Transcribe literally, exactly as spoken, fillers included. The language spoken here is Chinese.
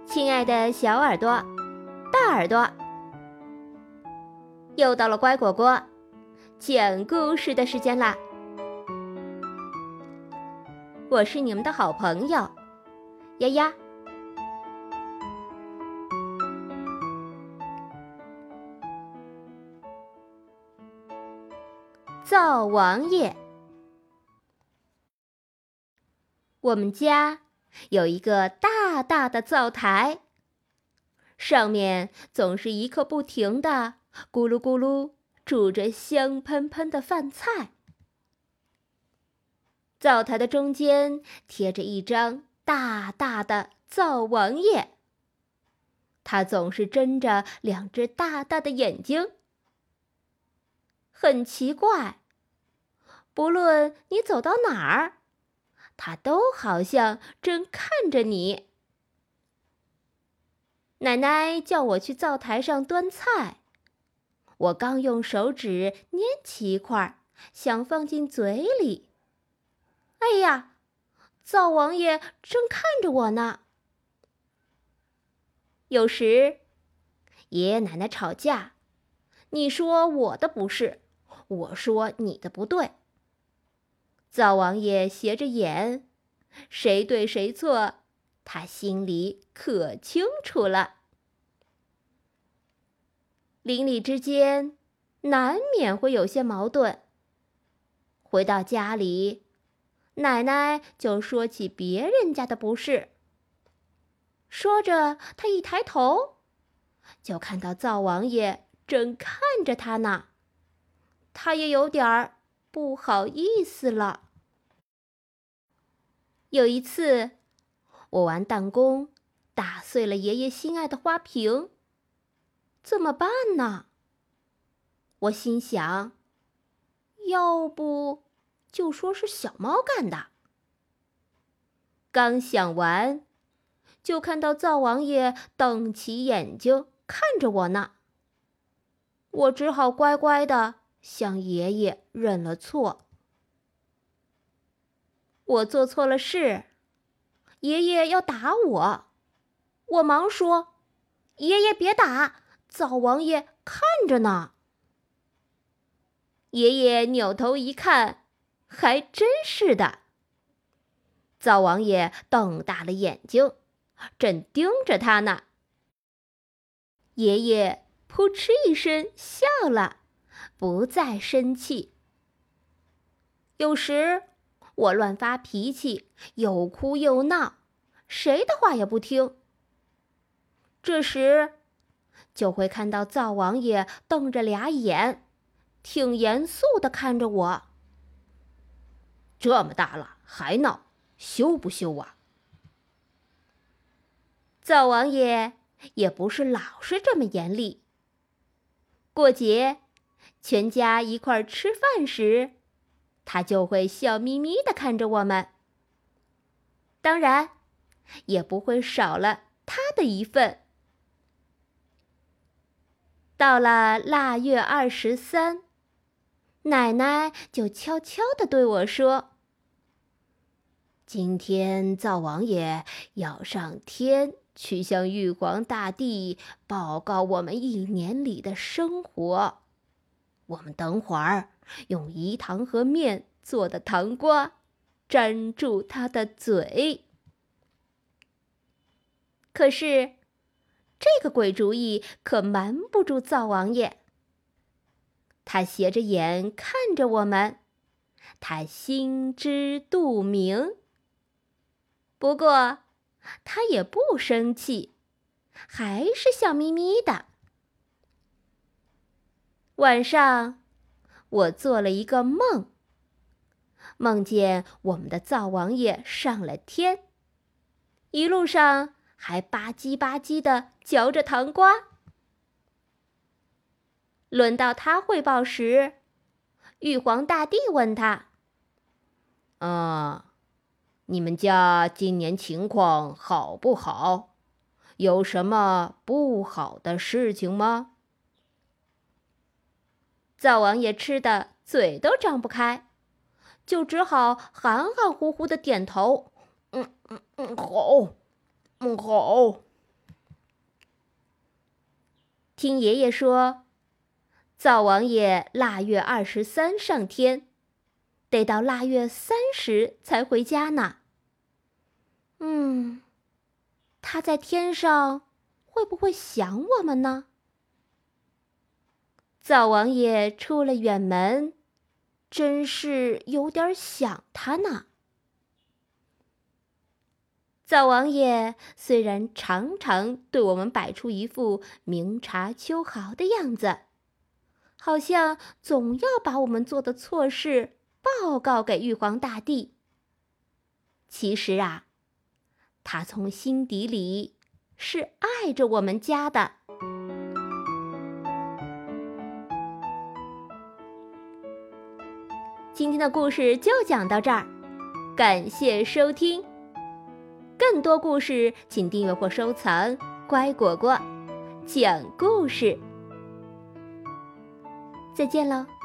亲爱的小耳朵、大耳朵，又到了乖果果讲故事的时间啦！我是你们的好朋友丫丫。灶王爷。我们家有一个大大的灶台，上面总是一刻不停地咕噜咕噜煮着香喷喷的饭菜。灶台的中间贴着一张大大的灶王爷，他总是睁着两只大大的眼睛。很奇怪，不论你走到哪儿，他都好像正看着你。奶奶叫我去灶台上端菜，我刚用手指捏起一块，想放进嘴里。哎呀，灶王爷正看着我呢。有时，爷爷奶奶吵架，你说我的不是，我说你的不对。灶王爷斜着眼，谁对谁错，他心里可清楚了。邻里之间难免会有些矛盾。回到家里，奶奶就说起别人家的不是。说着，她一抬头，就看到灶王爷正看着她呢。她也有点儿不好意思了。有一次，我玩弹弓，打碎了爷爷心爱的花瓶，怎么办呢？我心想，要不就说是小猫干的。刚想完，就看到灶王爷瞪起眼睛看着我呢。我只好乖乖地向爷爷认了错。我做错了事，爷爷要打我，我忙说：“爷爷别打，灶王爷看着呢。”爷爷扭头一看，还真是的。灶王爷瞪大了眼睛，正盯着他呢。爷爷扑哧一声笑了，不再生气。有时我乱发脾气，又哭又闹，谁的话也不听。这时就会看到灶王爷瞪着俩眼，挺严肃地看着我。这么大了还闹，羞不羞啊？灶王爷也不是老是这么严厉。过节，全家一块儿吃饭时，他就会笑眯眯地看着我们。当然，也不会少了他的一份。到了腊月二十三，奶奶就悄悄地对我说：“今天灶王爷要上天去向玉皇大帝报告我们一年里的生活。我们等会儿用饴糖和面做的糖瓜粘住他的嘴。”可是这个鬼主意可瞒不住灶王爷。他斜着眼看着我们，他心知肚明。不过他也不生气，还是笑眯眯的。晚上，我做了一个梦，梦见我们的灶王爷上了天，一路上还吧唧吧唧地嚼着糖瓜。轮到他汇报时，玉皇大帝问他：“嗯，你们家今年情况好不好？有什么不好的事情吗？”灶王爷吃的嘴都张不开，就只好含含糊糊地点头：“嗯嗯嗯，好，嗯好。” 听爷爷说，灶王爷腊月二十三上天，得到腊月三十才回家呢。嗯，他在天上会不会想我们呢？灶王爷出了远门，真是有点想他呢。灶王爷虽然常常对我们摆出一副明察秋毫的样子，好像总要把我们做的错事报告给玉皇大帝。其实啊，他从心底里是爱着我们家的。今天的故事就讲到这儿，感谢收听。更多故事请订阅或收藏乖果果讲故事。再见喽。